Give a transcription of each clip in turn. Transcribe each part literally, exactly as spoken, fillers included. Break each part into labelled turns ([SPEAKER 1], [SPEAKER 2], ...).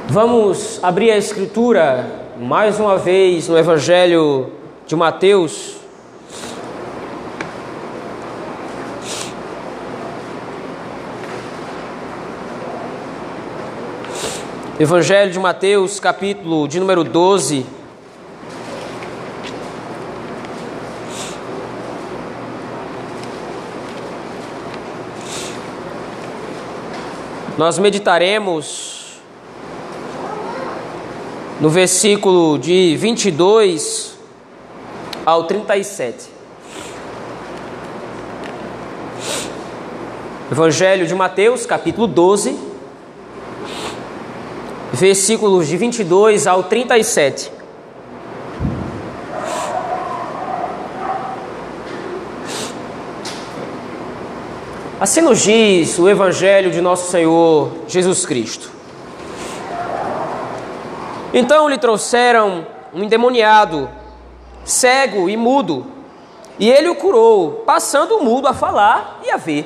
[SPEAKER 1] Vamos abrir a Escritura mais uma vez no Evangelho de Mateus. Evangelho de Mateus, capítulo de número doze. Nós meditaremos no versículo de vinte e dois ao trinta e sete. Evangelho de Mateus, capítulo doze, versículos de vinte e dois ao trinta e sete. Assim nos diz o Evangelho de nosso Senhor Jesus Cristo. Então lhe trouxeram um endemoniado, cego e mudo, e ele o curou, passando o mudo a falar e a ver.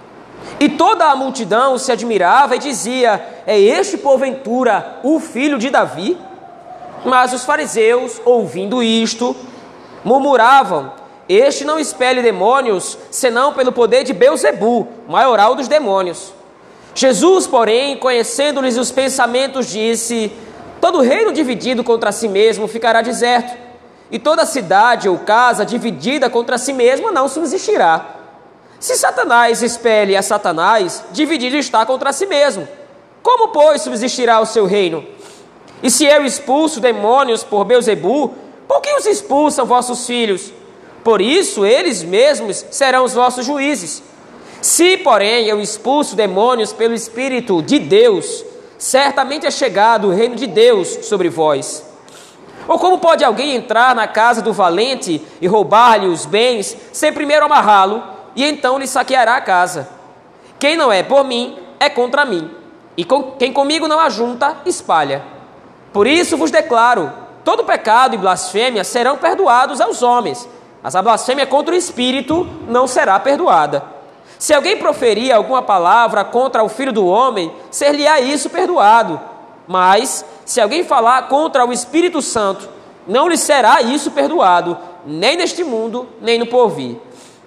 [SPEAKER 1] E toda a multidão se admirava e dizia: é este porventura o filho de Davi? Mas os fariseus, ouvindo isto, murmuravam: este não expele demônios, senão pelo poder de Beelzebu, maioral dos demônios. Jesus, porém, conhecendo-lhes os pensamentos, disse: todo reino dividido contra si mesmo ficará deserto, e toda cidade ou casa dividida contra si mesma não subsistirá. Se Satanás expele a Satanás, dividido está contra si mesmo. Como, pois, subsistirá o seu reino? E se eu expulso demônios por Beelzebu, por que os expulsam vossos filhos? Por isso, eles mesmos serão os vossos juízes. Se, porém, eu expulso demônios pelo Espírito de Deus, certamente é chegado o reino de Deus sobre vós. Ou como pode alguém entrar na casa do valente e roubar-lhe os bens, sem primeiro amarrá-lo, e então lhe saqueará a casa? Quem não é por mim, é contra mim, e com, quem comigo não ajunta, espalha. Por isso vos declaro, todo pecado e blasfêmia serão perdoados aos homens, mas a blasfêmia contra o Espírito não será perdoada. Se alguém proferir alguma palavra contra o Filho do Homem, ser-lhe-á isso perdoado. Mas, se alguém falar contra o Espírito Santo, não lhe será isso perdoado, nem neste mundo, nem no porvir.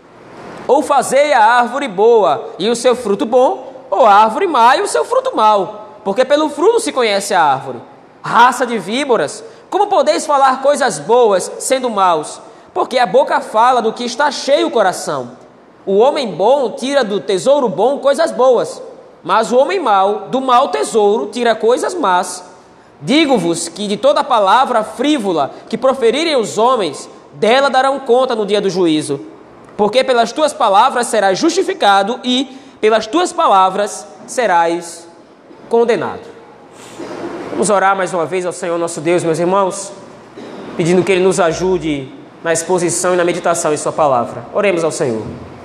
[SPEAKER 1] Ou fazei a árvore boa e o seu fruto bom, ou a árvore má e o seu fruto mau, porque pelo fruto se conhece a árvore. Raça de víboras, como podeis falar coisas boas, sendo maus? Porque a boca fala do que está cheio o coração. O homem bom tira do tesouro bom coisas boas, mas o homem mau, do mau tesouro, tira coisas más. Digo-vos que de toda palavra frívola que proferirem os homens, dela darão conta no dia do juízo. Porque pelas tuas palavras serás justificado e pelas tuas palavras serás condenado. Vamos orar mais uma vez ao Senhor nosso Deus, meus irmãos, pedindo que Ele nos ajude na exposição e na meditação em sua palavra. Oremos ao Senhor.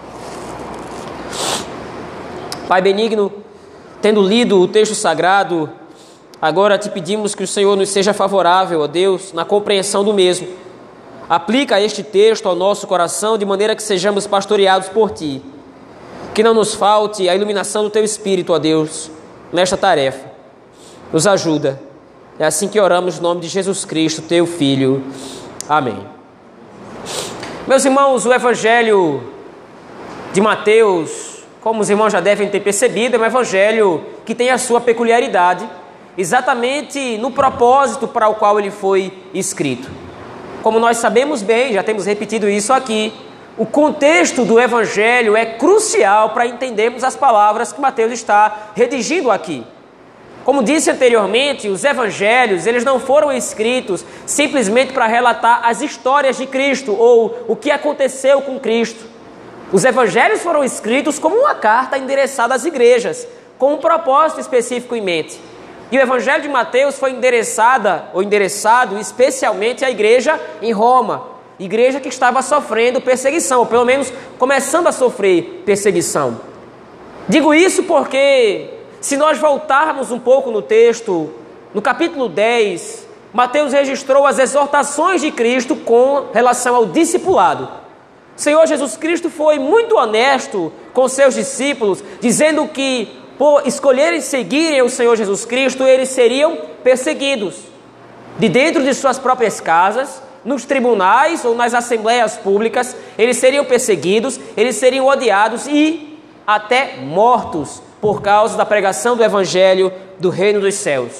[SPEAKER 1] Pai benigno, tendo lido o texto sagrado, agora te pedimos que o Senhor nos seja favorável, ó Deus, na compreensão do mesmo. Aplica este texto ao nosso coração de maneira que sejamos pastoreados por Ti. Que não nos falte a iluminação do Teu Espírito, ó Deus, nesta tarefa. Nos ajuda. É assim que oramos no nome de Jesus Cristo, Teu Filho. Amém. Meus irmãos, o Evangelho de Mateus, como os irmãos já devem ter percebido, é um evangelho que tem a sua peculiaridade, exatamente no propósito para o qual ele foi escrito. Como nós sabemos bem, já temos repetido isso aqui, o contexto do evangelho é crucial para entendermos as palavras que Mateus está redigindo aqui. Como disse anteriormente, os evangelhos, eles não foram escritos simplesmente para relatar as histórias de Cristo ou o que aconteceu com Cristo. Os evangelhos foram escritos como uma carta endereçada às igrejas, com um propósito específico em mente. E o evangelho de Mateus foi endereçada, ou endereçado especialmente à igreja em Roma, igreja que estava sofrendo perseguição, ou pelo menos começando a sofrer perseguição. Digo isso porque, se nós voltarmos um pouco no texto, no capítulo dez, Mateus registrou as exortações de Cristo com relação ao discipulado. O Senhor Jesus Cristo foi muito honesto com seus discípulos, dizendo que por escolherem seguirem o Senhor Jesus Cristo, eles seriam perseguidos. De dentro de suas próprias casas, nos tribunais ou nas assembleias públicas, eles seriam perseguidos, eles seriam odiados e até mortos por causa da pregação do Evangelho do Reino dos Céus.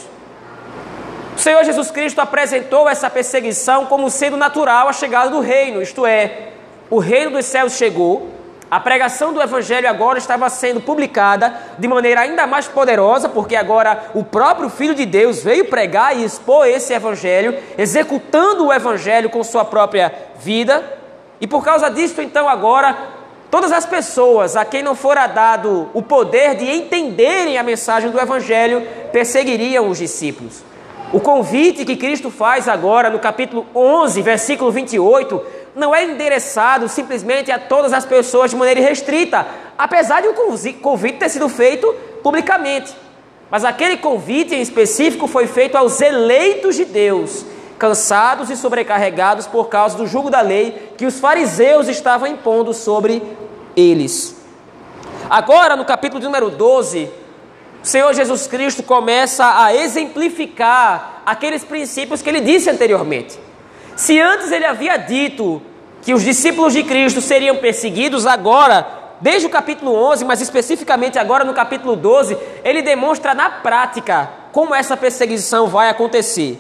[SPEAKER 1] O Senhor Jesus Cristo apresentou essa perseguição como sendo natural à chegada do reino, isto é, o reino dos céus chegou, a pregação do Evangelho agora estava sendo publicada de maneira ainda mais poderosa, porque agora o próprio Filho de Deus veio pregar e expor esse Evangelho, executando o Evangelho com sua própria vida, e por causa disso, então, agora, todas as pessoas a quem não fora dado o poder de entenderem a mensagem do Evangelho, perseguiriam os discípulos. O convite que Cristo faz agora no capítulo onze, versículo vinte e oito, não é endereçado simplesmente a todas as pessoas de maneira restrita, apesar de o convite ter sido feito publicamente. Mas aquele convite em específico foi feito aos eleitos de Deus, cansados e sobrecarregados por causa do jugo da lei que os fariseus estavam impondo sobre eles. Agora, no capítulo número doze, o Senhor Jesus Cristo começa a exemplificar aqueles princípios que ele disse anteriormente. Se antes ele havia dito que os discípulos de Cristo seriam perseguidos, agora, desde o capítulo onze, mas especificamente agora no capítulo doze, ele demonstra na prática como essa perseguição vai acontecer.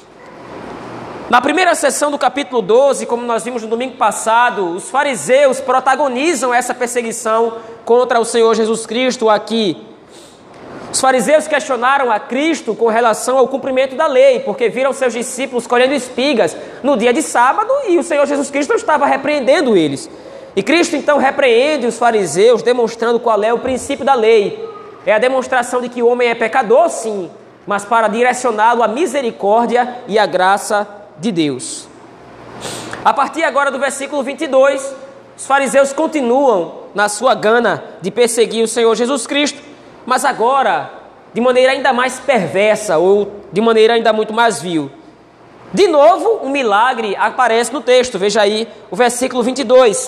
[SPEAKER 1] Na primeira sessão do capítulo doze, como nós vimos no domingo passado, os fariseus protagonizam essa perseguição contra o Senhor Jesus Cristo aqui. Os fariseus questionaram a Cristo com relação ao cumprimento da lei, porque viram seus discípulos colhendo espigas no dia de sábado e o Senhor Jesus Cristo estava repreendendo eles. E Cristo então repreende os fariseus, demonstrando qual é o princípio da lei. É a demonstração de que o homem é pecador, sim, mas para direcioná-lo à misericórdia e à graça de Deus. A partir agora do versículo vinte e dois, os fariseus continuam na sua gana de perseguir o Senhor Jesus Cristo, mas agora de maneira ainda mais perversa ou de maneira ainda muito mais vil. De novo, um milagre aparece no texto, veja aí o versículo vinte e dois.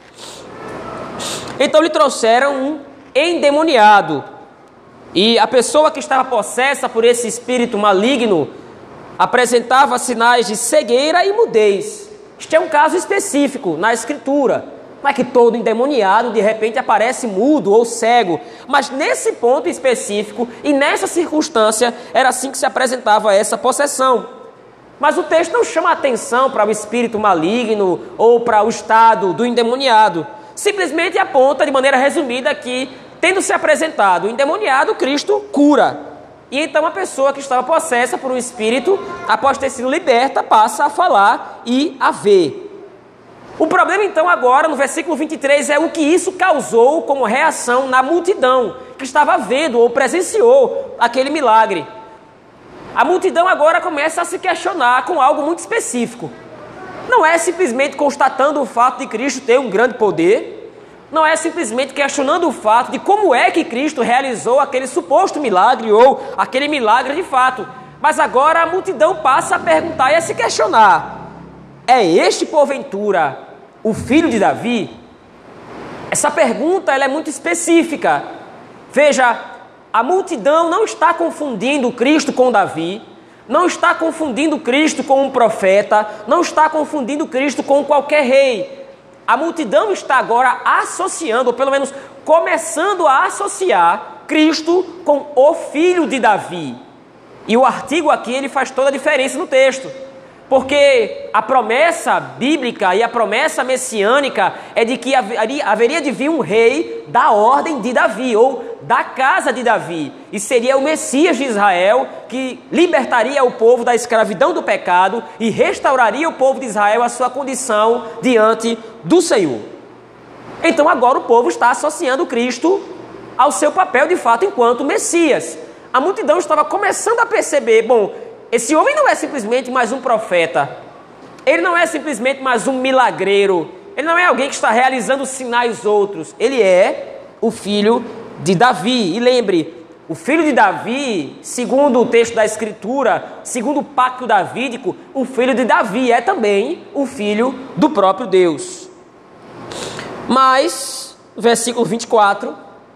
[SPEAKER 1] Então lhe trouxeram um endemoniado, e a pessoa que estava possessa por esse espírito maligno apresentava sinais de cegueira e mudez. Este é um caso específico na Escritura. Não é que todo endemoniado de repente aparece mudo ou cego, mas nesse ponto específico e nessa circunstância era assim que se apresentava essa possessão. Mas o texto não chama atenção para o espírito maligno ou para o estado do endemoniado. Simplesmente aponta de maneira resumida que, tendo se apresentado o endemoniado, Cristo cura. E então a pessoa que estava possessa por um espírito, após ter sido liberta, passa a falar e a ver. O problema então agora, no versículo vinte e três, é o que isso causou como reação na multidão que estava vendo ou presenciou aquele milagre. A multidão agora começa a se questionar com algo muito específico. Não é simplesmente constatando o fato de Cristo ter um grande poder, não é simplesmente questionando o fato de como é que Cristo realizou aquele suposto milagre ou aquele milagre de fato, mas agora a multidão passa a perguntar e a se questionar: é este porventura o filho de Davi? Essa pergunta ela é muito específica. Veja, a multidão não está confundindo Cristo com Davi, não está confundindo Cristo com um profeta, não está confundindo Cristo com qualquer rei. A multidão está agora associando, ou pelo menos começando a associar Cristo com o filho de Davi. E o artigo aqui ele faz toda a diferença no texto. Porque a promessa bíblica e a promessa messiânica é de que haveria de vir um rei da ordem de Davi, ou da casa de Davi. E seria o Messias de Israel que libertaria o povo da escravidão do pecado e restauraria o povo de Israel à sua condição diante do Senhor. Então agora o povo está associando Cristo ao seu papel de fato enquanto Messias. A multidão estava começando a perceber, bom, esse homem não é simplesmente mais um profeta, ele não é simplesmente mais um milagreiro, ele não é alguém que está realizando sinais outros, ele é o filho de Davi. E lembre, o filho de Davi, segundo o texto da Escritura, segundo o pacto davídico, o filho de Davi é também o filho do próprio Deus. Mas, versículo vinte e quatro,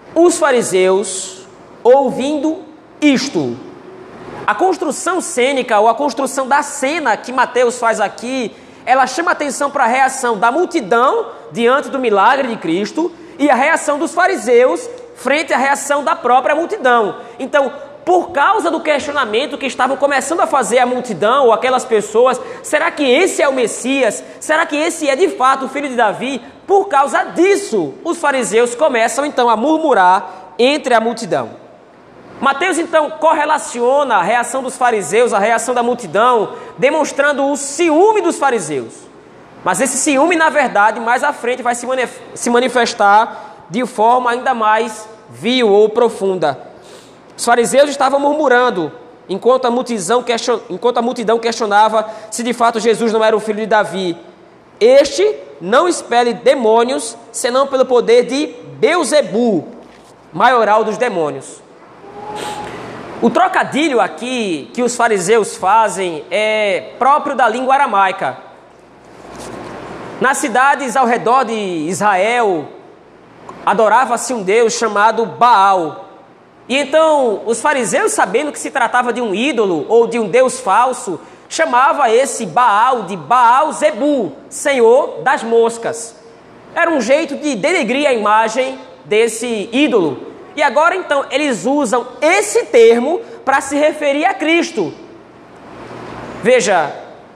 [SPEAKER 1] os fariseus, ouvindo isto. A construção cênica, ou a construção da cena que Mateus faz aqui, ela chama atenção para a reação da multidão diante do milagre de Cristo e a reação dos fariseus frente à reação da própria multidão. Então, por causa do questionamento que estavam começando a fazer a multidão ou aquelas pessoas, será que esse é o Messias? Será que esse é de fato o filho de Davi? Por causa disso, os fariseus começam então a murmurar entre a multidão. Mateus então correlaciona a reação dos fariseus, a reação da multidão, demonstrando o ciúme dos fariseus. Mas esse ciúme, na verdade, mais à frente vai se manifestar de forma ainda mais vil ou profunda. Os fariseus estavam murmurando, enquanto a multidão, question... enquanto a multidão questionava se de fato Jesus não era o filho de Davi. Este não expele demônios, senão pelo poder de Beelzebu, maioral dos demônios. O trocadilho aqui que os fariseus fazem é próprio da língua aramaica. Nas cidades ao redor de Israel, adorava-se um deus chamado Baal. E então os fariseus, sabendo que se tratava de um ídolo ou de um deus falso, chamava esse Baal de Baal-zebu, senhor das moscas. Era um jeito de denegrir a imagem desse ídolo. E agora então eles usam esse termo para se referir a Cristo. Veja,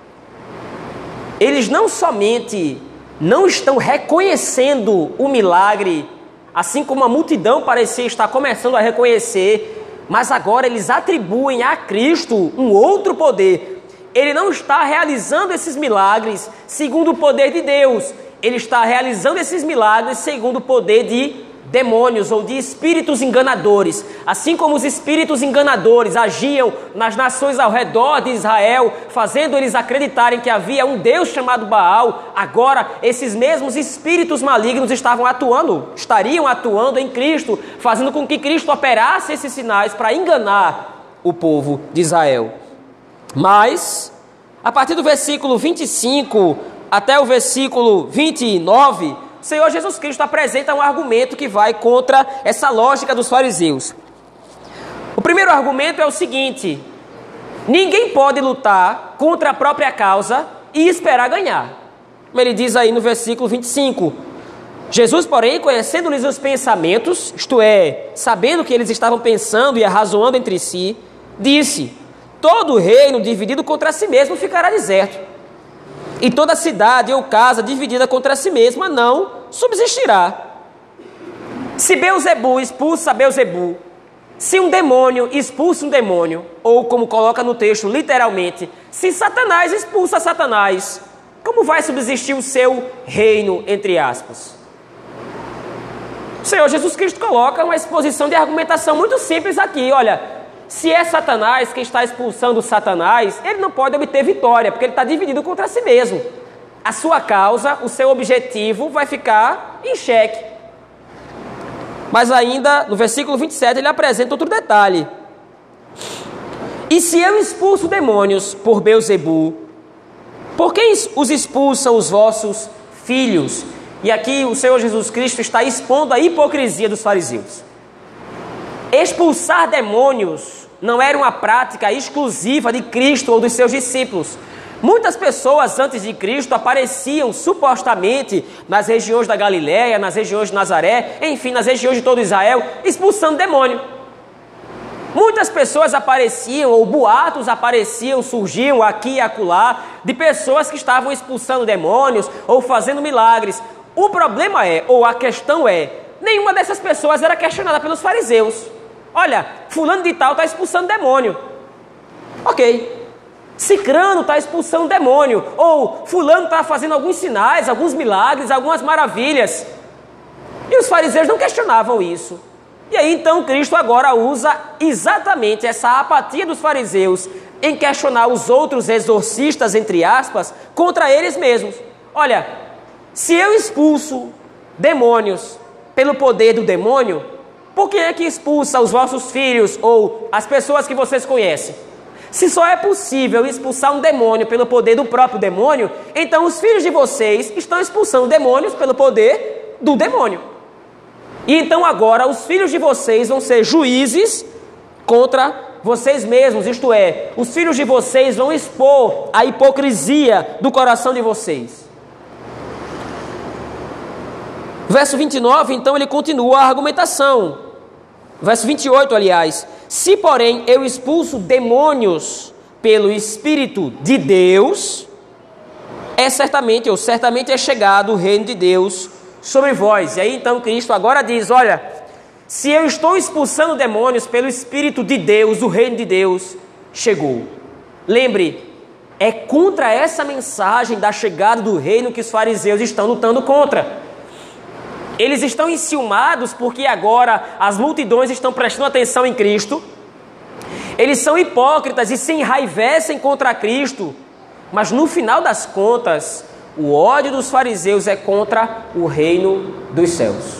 [SPEAKER 1] eles não somente não estão reconhecendo o milagre, assim como a multidão parecia estar começando a reconhecer, mas agora eles atribuem a Cristo um outro poder. Ele não está realizando esses milagres segundo o poder de Deus, ele está realizando esses milagres segundo o poder de demônios ou de espíritos enganadores. Assim como os espíritos enganadores agiam nas nações ao redor de Israel, fazendo eles acreditarem que havia um Deus chamado Baal, agora esses mesmos espíritos malignos estavam atuando, estariam atuando em Cristo, fazendo com que Cristo operasse esses sinais para enganar o povo de Israel. Mas, a partir do versículo vinte e cinco até o versículo vinte e nove, o Senhor Jesus Cristo apresenta um argumento que vai contra essa lógica dos fariseus. O primeiro argumento é o seguinte: ninguém pode lutar contra a própria causa e esperar ganhar. Como ele diz aí no versículo vinte e cinco. Jesus, porém, conhecendo-lhes os pensamentos, isto é, sabendo que eles estavam pensando e arrazoando entre si, disse: todo reino dividido contra si mesmo ficará deserto. E toda cidade ou casa dividida contra si mesma não subsistirá. Se Beelzebu expulsa Beelzebu, se um demônio expulsa um demônio, ou como coloca no texto literalmente, se Satanás expulsa Satanás, como vai subsistir o seu reino, entre aspas? O Senhor Jesus Cristo coloca uma exposição de argumentação muito simples aqui. Olha, se é Satanás quem está expulsando Satanás, ele não pode obter vitória, porque ele está dividido contra si mesmo. A sua causa, o seu objetivo vai ficar em xeque. Mas ainda, no versículo vinte e sete, ele apresenta outro detalhe. E se eu expulso demônios por Beelzebu, por quem os expulsam os vossos filhos? E aqui o Senhor Jesus Cristo está expondo a hipocrisia dos fariseus. Expulsar demônios não era uma prática exclusiva de Cristo ou dos seus discípulos. Muitas pessoas antes de Cristo apareciam supostamente nas regiões da Galiléia, nas regiões de Nazaré, enfim, nas regiões de todo Israel, expulsando demônio. Muitas pessoas apareciam, ou boatos apareciam, surgiam aqui e acolá, de pessoas que estavam expulsando demônios ou fazendo milagres. O problema é, ou a questão é, nenhuma dessas pessoas era questionada pelos fariseus. Olha, fulano de tal está expulsando demônio. Ok. Cicrano está expulsando demônio. Ou fulano está fazendo alguns sinais, alguns milagres, algumas maravilhas. E os fariseus não questionavam isso. E aí então Cristo agora usa exatamente essa apatia dos fariseus em questionar os outros exorcistas, entre aspas, contra eles mesmos. Olha, se eu expulso demônios pelo poder do demônio, por que é que expulsa os vossos filhos ou as pessoas que vocês conhecem? Se só é possível expulsar um demônio pelo poder do próprio demônio, então os filhos de vocês estão expulsando demônios pelo poder do demônio. E então agora os filhos de vocês vão ser juízes contra vocês mesmos, isto é, os filhos de vocês vão expor a hipocrisia do coração de vocês. Verso vinte e nove, então ele continua a argumentação. Verso vinte e oito, aliás. Se, porém, eu expulso demônios pelo Espírito de Deus, é certamente, ou certamente é chegado o reino de Deus sobre vós. E aí então Cristo agora diz, olha, se eu estou expulsando demônios pelo Espírito de Deus, o reino de Deus chegou. Lembre, é contra essa mensagem da chegada do reino que os fariseus estão lutando contra. Eles estão enciumados porque agora as multidões estão prestando atenção em Cristo. Eles são hipócritas e se enraivecem contra Cristo. Mas no final das contas, o ódio dos fariseus é contra o reino dos céus.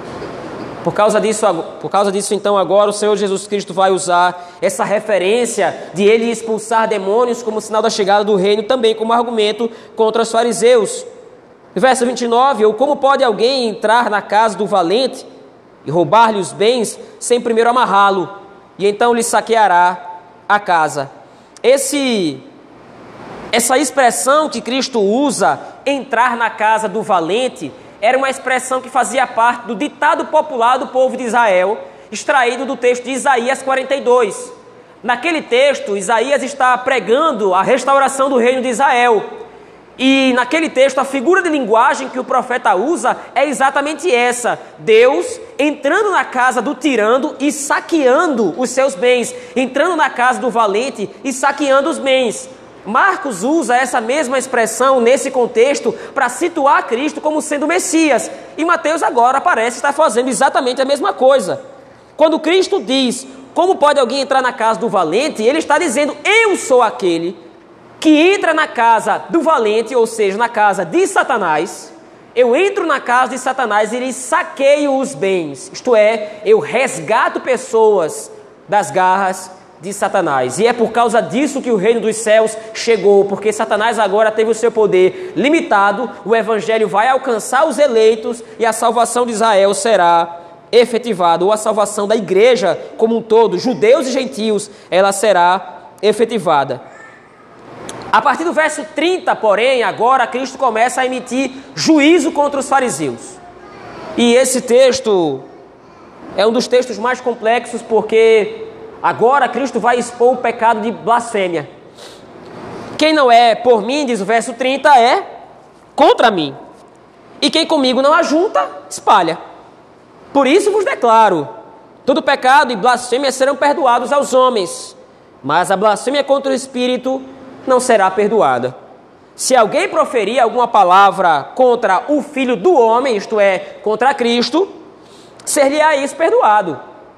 [SPEAKER 1] Por causa disso, por causa disso, então, agora o Senhor Jesus Cristo vai usar essa referência de ele expulsar demônios como sinal da chegada do reino, também como argumento contra os fariseus. Verso vinte e nove, ou como pode alguém entrar na casa do valente e roubar-lhe os bens sem primeiro amarrá-lo, e então lhe saqueará a casa. Esse, essa expressão que Cristo usa, entrar na casa do valente, era uma expressão que fazia parte do ditado popular do povo de Israel, extraído do texto de Isaías quarenta e dois. Naquele texto, Isaías está pregando a restauração do reino de Israel. E naquele texto, a figura de linguagem que o profeta usa é exatamente essa. Deus entrando na casa do tirano e saqueando os seus bens. Entrando na casa do valente e saqueando os bens. Marcos usa essa mesma expressão nesse contexto para situar Cristo como sendo o Messias. E Mateus agora parece estar fazendo exatamente a mesma coisa. Quando Cristo diz, como pode alguém entrar na casa do valente? Ele está dizendo, eu sou aquele que entra na casa do valente, ou seja, na casa de Satanás. Eu entro na casa de Satanás e lhe saqueio os bens. Isto é, eu resgato pessoas das garras de Satanás. E é por causa disso que o reino dos céus chegou, porque Satanás agora teve o seu poder limitado, o evangelho vai alcançar os eleitos e a salvação de Israel será efetivada, ou a salvação da igreja como um todo, judeus e gentios, ela será efetivada. A partir do verso trinta, porém, agora Cristo começa a emitir juízo contra os fariseus. E esse texto é um dos textos mais complexos, porque agora Cristo vai expor o pecado de blasfêmia. Quem não é por mim, diz o verso trinta, é contra mim. E quem comigo não ajunta, espalha. Por isso vos declaro, todo pecado e blasfêmia serão perdoados aos homens, mas a blasfêmia contra o Espírito não será perdoada. Se alguém proferir alguma palavra contra o Filho do Homem, isto é, contra Cristo, ser-lhe-á isso perdoado.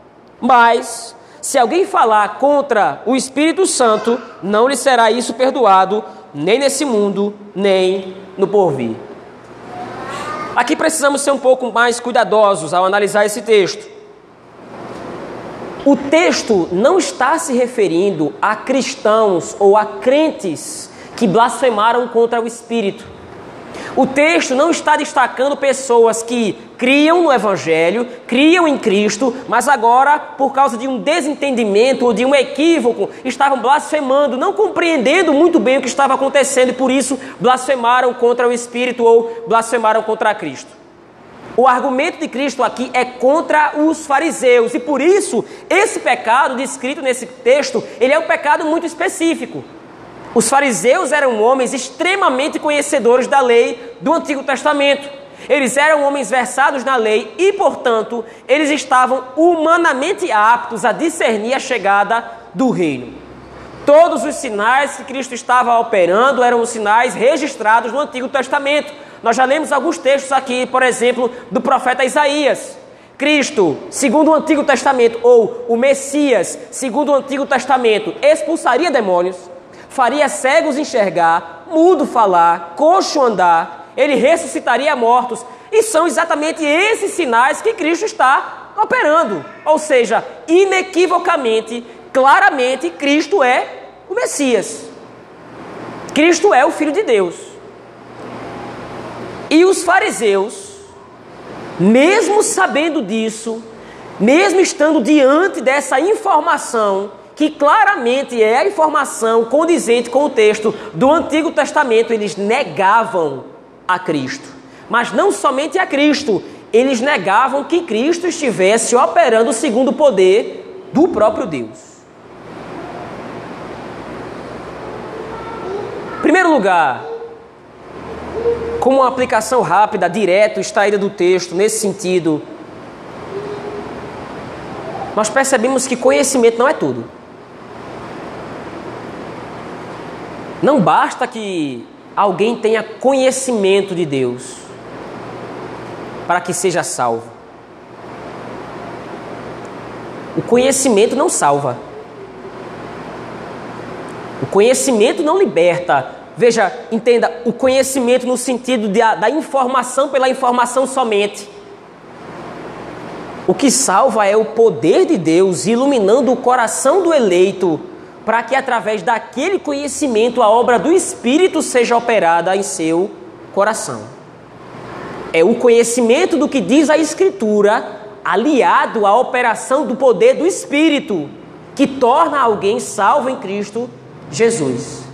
[SPEAKER 1] Mas se alguém falar contra o Espírito Santo, não lhe será isso perdoado, nem nesse mundo, nem no porvir. Aqui precisamos ser um pouco mais cuidadosos ao analisar esse texto. O texto não está se referindo a cristãos ou a crentes que blasfemaram contra o Espírito. O texto não está destacando pessoas que criam no Evangelho, criam em Cristo, mas agora, por causa de um desentendimento ou de um equívoco, estavam blasfemando, não compreendendo muito bem o que estava acontecendo e por isso blasfemaram contra o Espírito ou blasfemaram contra Cristo. O argumento de Cristo aqui é contra os fariseus e por isso esse pecado descrito nesse texto, ele é um pecado muito específico. Os fariseus eram homens extremamente conhecedores da lei do Antigo Testamento. Eles eram homens versados na lei e, portanto, eles estavam humanamente aptos a discernir a chegada do reino. Todos os sinais que Cristo estava operando eram os sinais registrados no Antigo Testamento. Nós já lemos alguns textos aqui, por exemplo, do profeta Isaías. Cristo, segundo o Antigo Testamento, ou o Messias, segundo o Antigo Testamento, expulsaria demônios, faria cegos enxergar, mudo falar, coxo andar, ele ressuscitaria mortos. E são exatamente esses sinais que Cristo está operando. Ou seja, inequivocamente, claramente, Cristo é o Messias. Cristo é o Filho de Deus. E os fariseus Mesmo sabendo disso, mesmo estando diante dessa informação, que claramente é a informação condizente com o texto do Antigo Testamento, eles negavam a Cristo. Mas não somente a Cristo, eles negavam que Cristo estivesse operando segundo o poder do próprio Deus. Em primeiro lugar, como uma aplicação rápida, direta, extraída do texto, nesse sentido, nós percebemos que conhecimento não é tudo. Não basta que alguém tenha conhecimento de Deus para que seja salvo. O conhecimento não salva. O conhecimento não liberta. Veja, entenda, o conhecimento no sentido de, da informação pela informação somente. O que salva é o poder de Deus iluminando o coração do eleito para que através daquele conhecimento a obra do Espírito seja operada em seu coração. É o conhecimento do que diz a Escritura aliado à operação do poder do Espírito que torna alguém salvo em Cristo Jesus.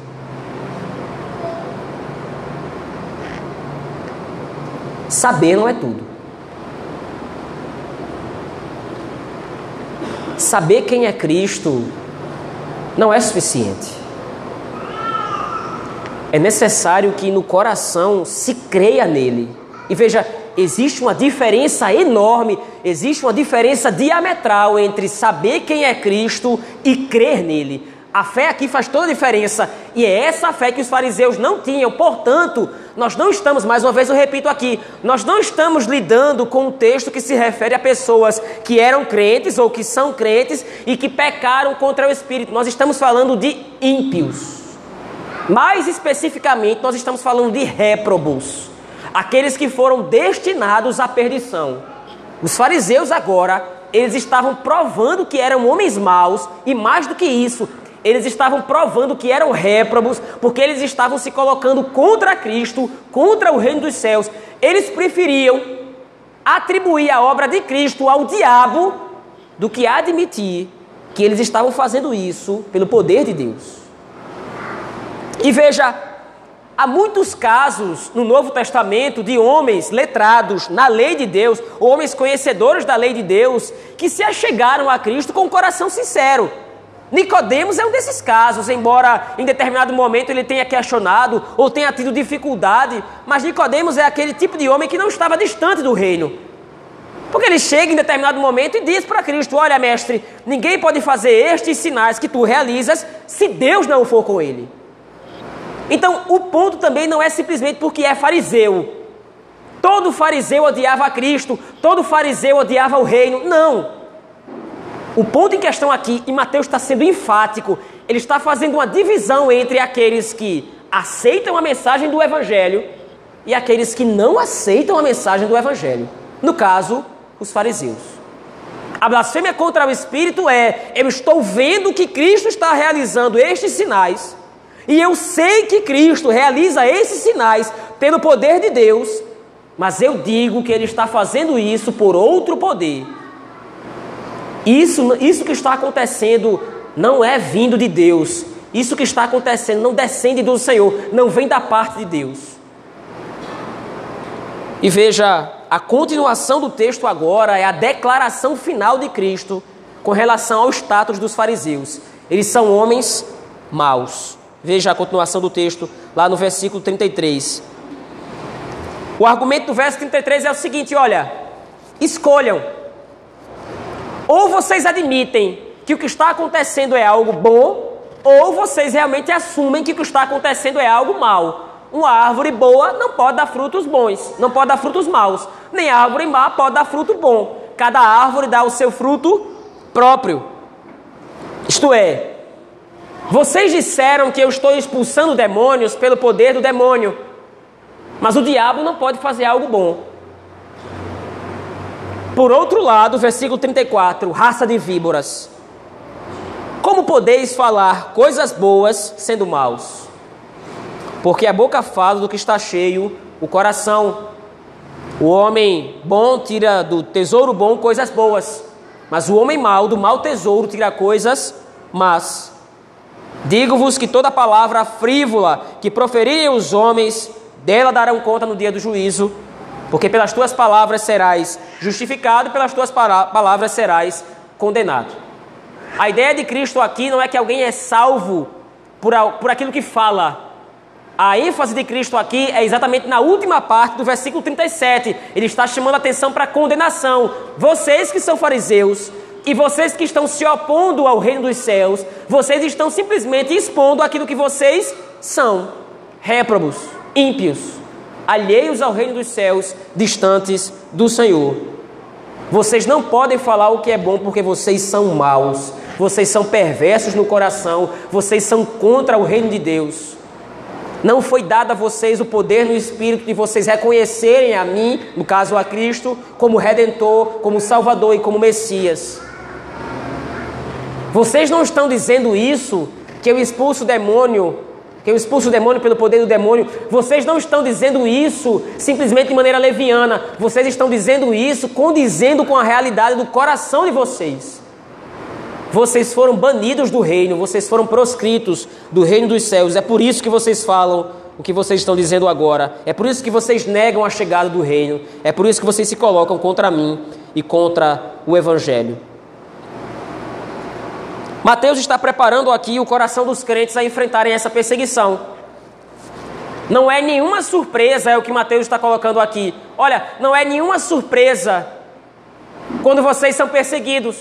[SPEAKER 1] Saber não é tudo. Saber quem é Cristo não é suficiente. É necessário que no coração se creia nele. E veja, existe uma diferença enorme, existe uma diferença diametral entre saber quem é Cristo e crer nele. A fé aqui faz toda a diferença, e é essa fé que os fariseus não tinham. Portanto, nós não estamos, mais uma vez eu repito aqui, nós não estamos lidando com um texto que se refere a pessoas que eram crentes ou que são crentes e que pecaram contra o Espírito. Nós estamos falando de ímpios. Mais especificamente, nós estamos falando de réprobos, aqueles que foram destinados à perdição. Os fariseus agora, eles estavam provando que eram homens maus, e mais do que isso, eles estavam provando que eram réprobos, porque eles estavam se colocando contra Cristo, contra o reino dos céus. Eles preferiam atribuir a obra de Cristo ao diabo do que admitir que eles estavam fazendo isso pelo poder de Deus. E veja, há muitos casos no Novo Testamento de homens letrados na lei de Deus, homens conhecedores da lei de Deus, que se achegaram a Cristo com um coração sincero. Nicodemos é um desses casos, embora em determinado momento ele tenha questionado ou tenha tido dificuldade, mas Nicodemos é aquele tipo de homem que não estava distante do reino. Porque ele chega em determinado momento e diz para Cristo: olha, mestre, ninguém pode fazer estes sinais que tu realizas se Deus não for com ele. Então, o ponto também não é simplesmente porque é fariseu. Todo fariseu odiava Cristo, todo fariseu odiava o reino. Não. O ponto em questão aqui, e Mateus está sendo enfático, ele está fazendo uma divisão entre aqueles que aceitam a mensagem do Evangelho e aqueles que não aceitam a mensagem do Evangelho. No caso, os fariseus. A blasfêmia contra o Espírito é: eu estou vendo que Cristo está realizando estes sinais, e eu sei que Cristo realiza esses sinais pelo poder de Deus, mas eu digo que ele está fazendo isso por outro poder. Isso, isso que está acontecendo não é vindo de Deus. Isso que está acontecendo não descende do Senhor, não vem da parte de Deus. E veja, a continuação do texto agora é a declaração final de Cristo com relação ao status dos fariseus. Eles são homens maus. Veja a continuação do texto lá no versículo trinta e três. O argumento do verso trinta e três é o seguinte: olha, escolham. Ou vocês admitem que o que está acontecendo é algo bom, ou vocês realmente assumem que o que está acontecendo é algo mau. Uma árvore boa não pode dar frutos bons, não pode dar frutos maus. Nem a árvore má pode dar fruto bom. Cada árvore dá o seu fruto próprio. Isto é, vocês disseram que eu estou expulsando demônios pelo poder do demônio, mas o diabo não pode fazer algo bom. Por outro lado, versículo trinta e quatro, raça de víboras, como podeis falar coisas boas sendo maus? Porque a boca fala do que está cheio o coração. O homem bom tira do tesouro bom coisas boas, mas o homem mau do mau tesouro tira coisas más. Digo-vos que toda palavra frívola que proferirem os homens, dela darão conta no dia do juízo, porque pelas tuas palavras serás justificado e pelas tuas palavras serás condenado. A ideia de Cristo aqui não é que alguém é salvo por, por aquilo que fala. A ênfase de Cristo aqui é exatamente na última parte do versículo trinta e sete. Ele está chamando a atenção para a condenação. Vocês que são fariseus e vocês que estão se opondo ao reino dos céus, vocês estão simplesmente expondo aquilo que vocês são: réprobos, ímpios, alheios ao reino dos céus, distantes do Senhor. Vocês não podem falar o que é bom porque vocês são maus, vocês são perversos no coração, vocês são contra o reino de Deus. Não foi dado a vocês o poder no Espírito de vocês reconhecerem a mim, no caso a Cristo, como Redentor, como Salvador e como Messias. Vocês não estão dizendo isso, que eu expulso o demônio, que eu expulso o demônio pelo poder do demônio. Vocês não estão dizendo isso simplesmente de maneira leviana. Vocês estão dizendo isso condizendo com a realidade do coração de vocês. Vocês foram banidos do reino, vocês foram proscritos do reino dos céus. É por isso que vocês falam o que vocês estão dizendo agora. É por isso que vocês negam a chegada do reino. É por isso que vocês se colocam contra mim e contra o Evangelho. Mateus está preparando aqui o coração dos crentes a enfrentarem essa perseguição. Não é nenhuma surpresa, é o que Mateus está colocando aqui. Olha, não é nenhuma surpresa quando vocês são perseguidos.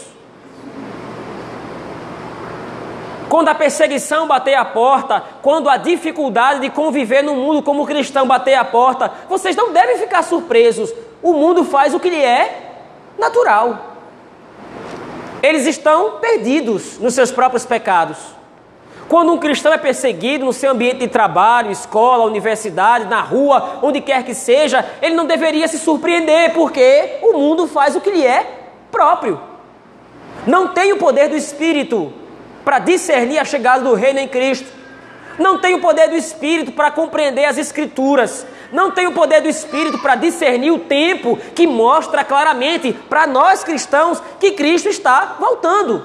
[SPEAKER 1] Quando a perseguição bater a porta, quando a dificuldade de conviver no mundo como cristão bater a porta, vocês não devem ficar surpresos. O mundo faz o que lhe é natural. Eles estão perdidos nos seus próprios pecados. Quando um cristão é perseguido no seu ambiente de trabalho, escola, universidade, na rua, onde quer que seja, ele não deveria se surpreender, porque o mundo faz o que lhe é próprio. Não tem o poder do Espírito para discernir a chegada do reino em Cristo. Não tem o poder do Espírito para compreender as Escrituras. Não tem o poder do Espírito para discernir o tempo que mostra claramente para nós cristãos que Cristo está voltando.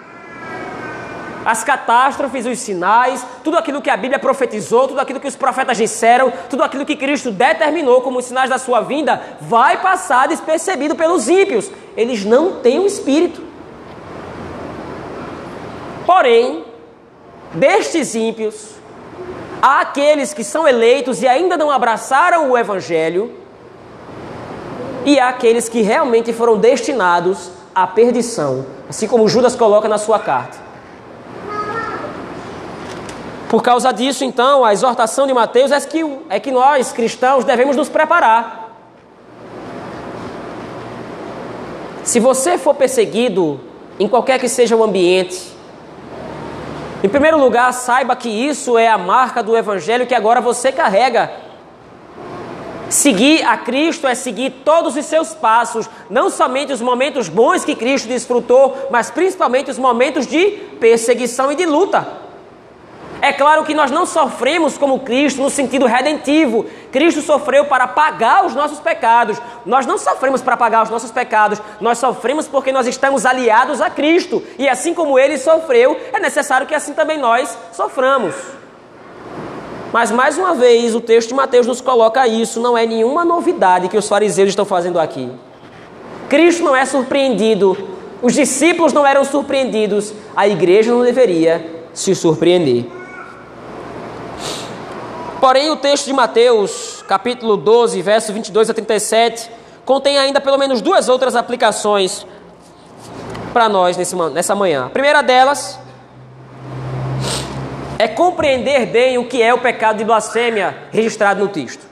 [SPEAKER 1] As catástrofes, os sinais, tudo aquilo que a Bíblia profetizou, tudo aquilo que os profetas disseram, tudo aquilo que Cristo determinou como os sinais da sua vinda, vai passar despercebido pelos ímpios. Eles não têm o Espírito. Porém, destes ímpios, há aqueles que são eleitos e ainda não abraçaram o Evangelho, e há aqueles que realmente foram destinados à perdição, assim como Judas coloca na sua carta. Por causa disso, então, a exortação de Mateus é que, é que nós, cristãos, devemos nos preparar. Se você for perseguido, em qualquer que seja o ambiente, em primeiro lugar, saiba que isso é a marca do Evangelho que agora você carrega. Seguir a Cristo é seguir todos os seus passos, não somente os momentos bons que Cristo desfrutou, mas principalmente os momentos de perseguição e de luta. É claro que nós não sofremos como Cristo no sentido redentivo. Cristo sofreu para pagar os nossos pecados. Nós não sofremos para pagar os nossos pecados. Nós sofremos porque nós estamos aliados a Cristo. E assim como Ele sofreu, é necessário que assim também nós soframos. Mas mais uma vez, o texto de Mateus nos coloca isso. Não é nenhuma novidade que os fariseus estão fazendo aqui. Cristo não é surpreendido. Os discípulos não eram surpreendidos. A igreja não deveria se surpreender. Porém, o texto de Mateus, capítulo doze, verso vinte e dois a trinta e sete, contém ainda pelo menos duas outras aplicações para nós nesse, nessa manhã. A primeira delas é compreender bem o que é o pecado de blasfêmia registrado no texto.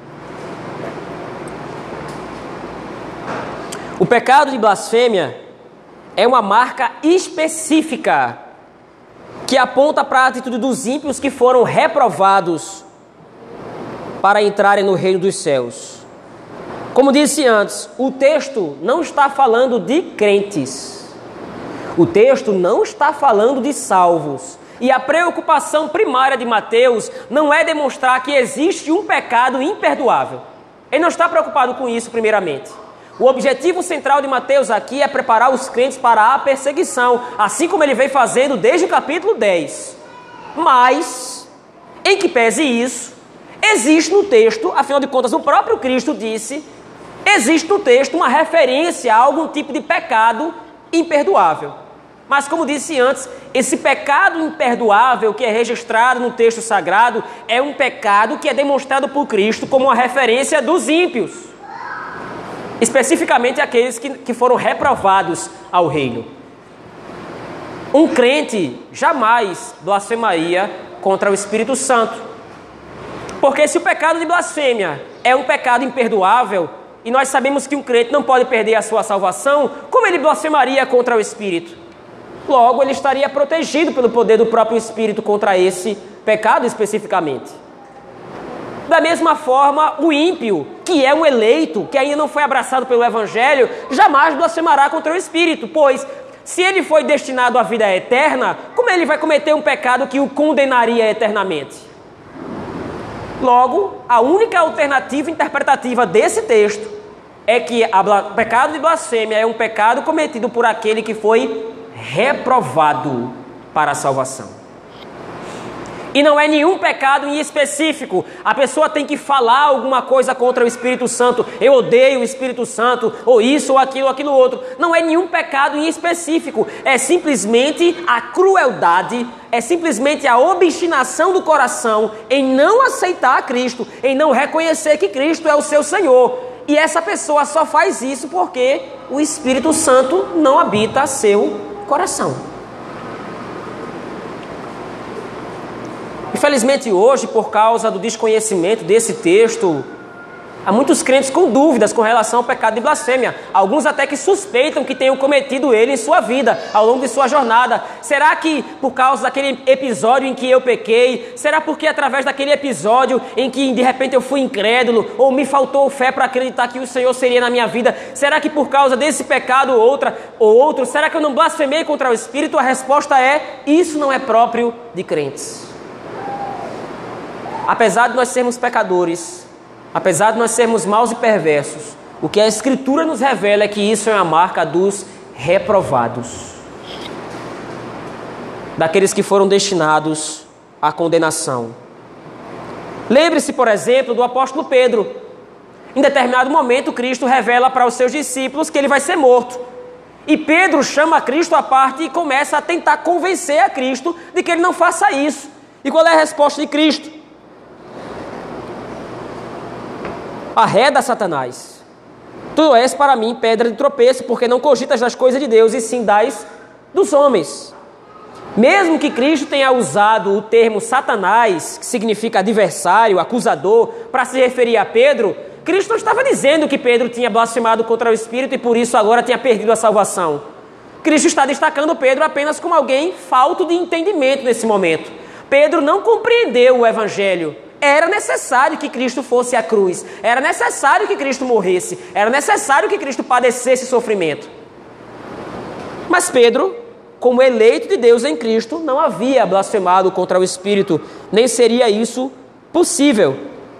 [SPEAKER 1] O pecado de blasfêmia é uma marca específica que aponta para a atitude dos ímpios que foram reprovados para entrarem no reino dos céus. Como disse antes, o texto não está falando de crentes. O texto não está falando de salvos. E a preocupação primária de Mateus não é demonstrar que existe um pecado imperdoável. Ele não está preocupado com isso primeiramente. O objetivo central de Mateus aqui é preparar os crentes para a perseguição, assim como ele vem fazendo desde o capítulo dez. Mas, em que pese isso, existe no texto, afinal de contas o próprio Cristo disse, existe no texto uma referência a algum tipo de pecado imperdoável. Mas como disse antes, esse pecado imperdoável que é registrado no texto sagrado é um pecado que é demonstrado por Cristo como uma referência dos ímpios. Especificamente aqueles que, que foram reprovados ao reino. Um crente jamais blasfemaria contra o Espírito Santo. Porque se o pecado de blasfêmia é um pecado imperdoável, e nós sabemos que um crente não pode perder a sua salvação, como ele blasfemaria contra o Espírito? Logo, ele estaria protegido pelo poder do próprio Espírito contra esse pecado especificamente. Da mesma forma, o ímpio, que é um eleito, que ainda não foi abraçado pelo Evangelho, jamais blasfemará contra o Espírito, pois se ele foi destinado à vida eterna, como ele vai cometer um pecado que o condenaria eternamente? Logo, a única alternativa interpretativa desse texto é que o pecado de blasfêmia é um pecado cometido por aquele que foi reprovado para a salvação. E não é nenhum pecado em específico. A pessoa tem que falar alguma coisa contra o Espírito Santo. Eu odeio o Espírito Santo, ou isso, ou aquilo, ou aquilo outro. Não é nenhum pecado em específico. É simplesmente a crueldade, é simplesmente a obstinação do coração em não aceitar a Cristo, em não reconhecer que Cristo é o seu Senhor. E essa pessoa só faz isso porque o Espírito Santo não habita seu coração. Infelizmente hoje, por causa do desconhecimento desse texto, há muitos crentes com dúvidas com relação ao pecado de blasfêmia. Alguns até que suspeitam que tenham cometido ele em sua vida, ao longo de sua jornada. Será que por causa daquele episódio em que eu pequei? Será porque através daquele episódio em que de repente eu fui incrédulo? Ou me faltou fé para acreditar que o Senhor seria na minha vida? Será que por causa desse pecado ou, outra, ou outro, será que eu não blasfemei contra o Espírito? A resposta é, isso não é próprio de crentes. Apesar de nós sermos pecadores, apesar de nós sermos maus e perversos, o que a Escritura nos revela é que isso é uma marca dos reprovados, daqueles que foram destinados à condenação. Lembre-se, por exemplo, do apóstolo Pedro. Em determinado momento, Cristo revela para os seus discípulos que ele vai ser morto. E Pedro chama Cristo à parte e começa a tentar convencer a Cristo de que ele não faça isso. E qual é a resposta de Cristo? Arreda, Satanás. Tu és para mim pedra de tropeço, porque não cogitas das coisas de Deus, e sim das dos homens. Mesmo que Cristo tenha usado o termo Satanás, que significa adversário, acusador, para se referir a Pedro, Cristo não estava dizendo que Pedro tinha blasfemado contra o Espírito e por isso agora tinha perdido a salvação. Cristo está destacando Pedro apenas como alguém falto de entendimento nesse momento. Pedro não compreendeu o Evangelho. Era necessário que Cristo fosse à cruz. Era necessário que Cristo morresse. Era necessário que Cristo padecesse sofrimento. Mas Pedro, como eleito de Deus em Cristo, não havia blasfemado contra o Espírito. Nem seria isso possível.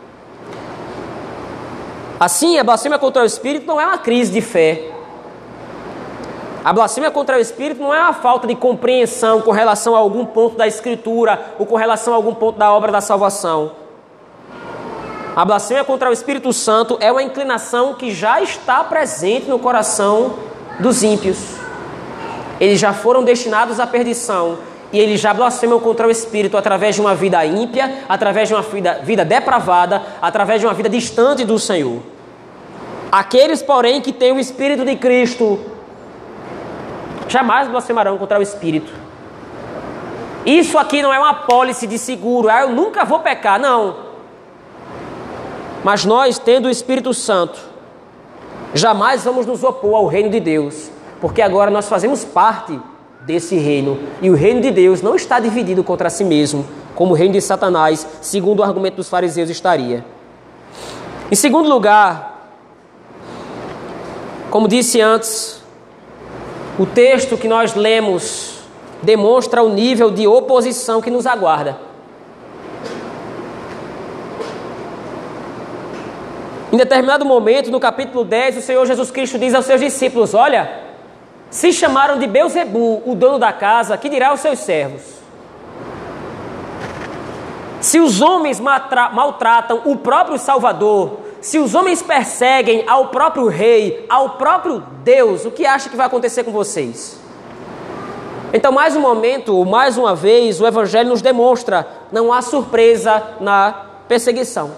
[SPEAKER 1] Assim, a blasfêmia contra o Espírito não é uma crise de fé. A blasfêmia contra o Espírito não é uma falta de compreensão com relação a algum ponto da Escritura ou com relação a algum ponto da obra da salvação. A blasfêmia contra o Espírito Santo é uma inclinação que já está presente no coração dos ímpios. Eles já foram destinados à perdição e eles já blasfemam contra o Espírito através de uma vida ímpia, através de uma vida, vida depravada, através de uma vida distante do Senhor. Aqueles, porém, que têm o Espírito de Cristo jamais blasfemarão contra o Espírito. Isso aqui não é uma apólice de seguro. Ah, eu nunca vou pecar. Não. Mas nós, tendo o Espírito Santo, jamais vamos nos opor ao reino de Deus. Porque agora nós fazemos parte desse reino. E o reino de Deus não está dividido contra si mesmo, como o reino de Satanás, segundo o argumento dos fariseus estaria. Em segundo lugar, como disse antes, o texto que nós lemos demonstra o nível de oposição que nos aguarda. Em determinado momento, no capítulo dez, o Senhor Jesus Cristo diz aos seus discípulos: olha, se chamaram de Beelzebu, o dono da casa, que dirá aos seus servos? Se os homens maltratam o próprio Salvador, se os homens perseguem ao próprio Rei, ao próprio Deus, o que acha que vai acontecer com vocês? Então, mais um momento, mais uma vez, o Evangelho nos demonstra: não há surpresa na perseguição.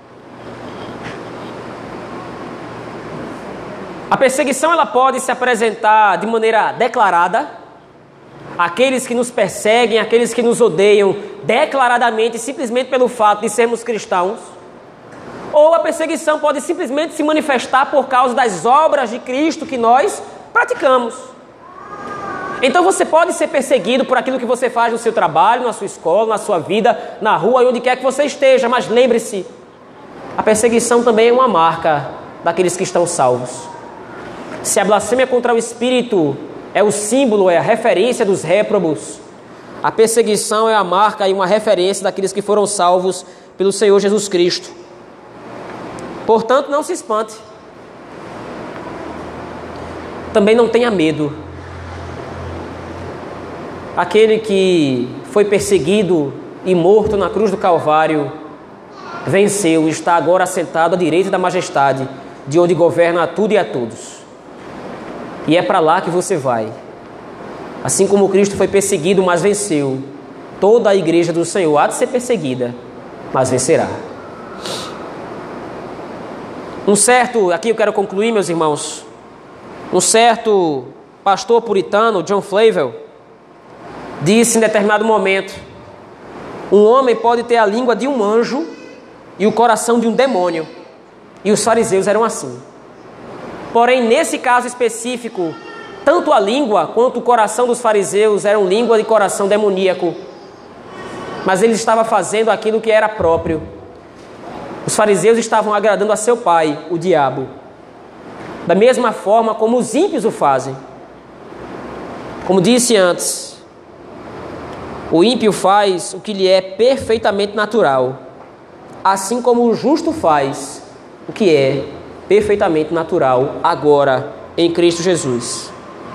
[SPEAKER 1] A perseguição ela pode se apresentar de maneira declarada. Aqueles que nos perseguem, aqueles que nos odeiam declaradamente, simplesmente pelo fato de sermos cristãos. Ou a perseguição pode simplesmente se manifestar por causa das obras de Cristo que nós praticamos. Então você pode ser perseguido por aquilo que você faz no seu trabalho, na sua escola, na sua vida, na rua, onde quer que você esteja. Mas lembre-se, a perseguição também é uma marca daqueles que estão salvos. Se a blasfêmia contra o Espírito é o símbolo, é a referência dos réprobos, a perseguição é a marca e uma referência daqueles que foram salvos pelo Senhor Jesus Cristo. Portanto, não se espante. Também não tenha medo. Aquele que foi perseguido e morto na cruz do Calvário venceu e está agora assentado à direita da majestade, de onde governa a tudo e a todos. E é para lá que você vai. Assim como Cristo foi perseguido, mas venceu, toda a igreja do Senhor há de ser perseguida, mas vencerá. Um certo, aqui eu quero concluir, meus irmãos, um certo pastor puritano, John Flavel, disse em determinado momento: um homem pode ter a língua de um anjo e o coração de um demônio. E os fariseus eram assim. Porém, nesse caso específico, tanto a língua quanto o coração dos fariseus eram língua de coração demoníaco. Mas ele estava fazendo aquilo que era próprio. Os fariseus estavam agradando a seu pai, o diabo, da mesma forma como os ímpios o fazem. Como disse antes, o ímpio faz o que lhe é perfeitamente natural, assim como o justo faz o que é perfeitamente natural agora em Cristo Jesus.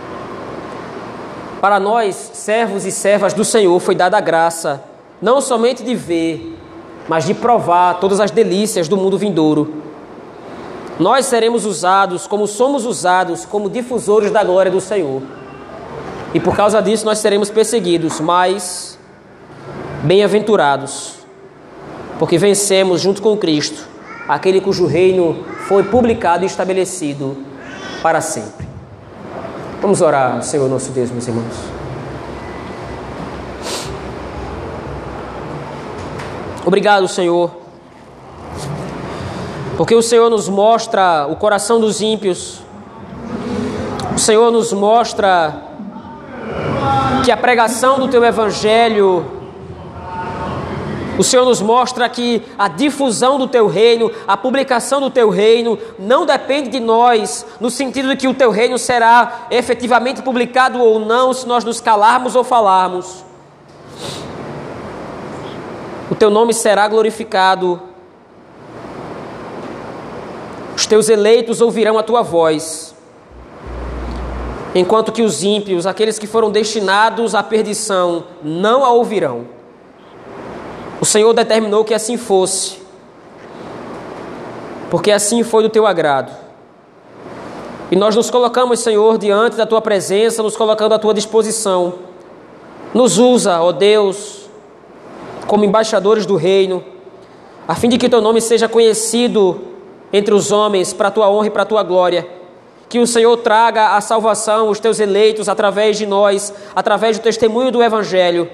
[SPEAKER 1] Para nós, servos e servas do Senhor, foi dada a graça, não somente de ver, mas de provar todas as delícias do mundo vindouro. Nós seremos usados como somos usados como difusores da glória do Senhor. E por causa disso nós seremos perseguidos, mas bem-aventurados, porque vencemos junto com Cristo, aquele cujo reino foi publicado e estabelecido para sempre. Vamos orar ao Senhor nosso Deus, meus irmãos. Obrigado, Senhor, porque o Senhor nos mostra o coração dos ímpios. O Senhor nos mostra que a pregação do Teu Evangelho, o Senhor nos mostra que a difusão do Teu reino, a publicação do Teu reino, não depende de nós, no sentido de que o Teu reino será efetivamente publicado ou não, se nós nos calarmos ou falarmos. O Teu nome será glorificado. Os Teus eleitos ouvirão a Tua voz, enquanto que os ímpios, aqueles que foram destinados à perdição, não a ouvirão. O Senhor determinou que assim fosse, porque assim foi do Teu agrado. E nós nos colocamos, Senhor, diante da Tua presença, nos colocando à Tua disposição. Nos usa, ó Deus, como embaixadores do reino, a fim de que Teu nome seja conhecido entre os homens, para a Tua honra e para a Tua glória. Que o Senhor traga a salvação, os Teus eleitos, através de nós, através do testemunho do Evangelho.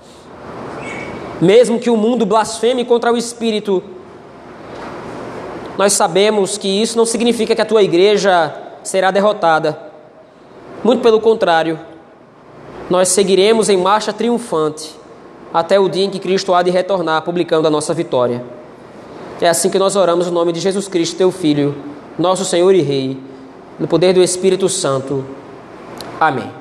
[SPEAKER 1] Mesmo que o mundo blasfeme contra o Espírito, nós sabemos que isso não significa que a Tua igreja será derrotada. Muito pelo contrário, nós seguiremos em marcha triunfante até o dia em que Cristo há de retornar, publicando a nossa vitória. É assim que nós oramos no nome de Jesus Cristo, Teu Filho, nosso Senhor e Rei, no poder do Espírito Santo. Amém.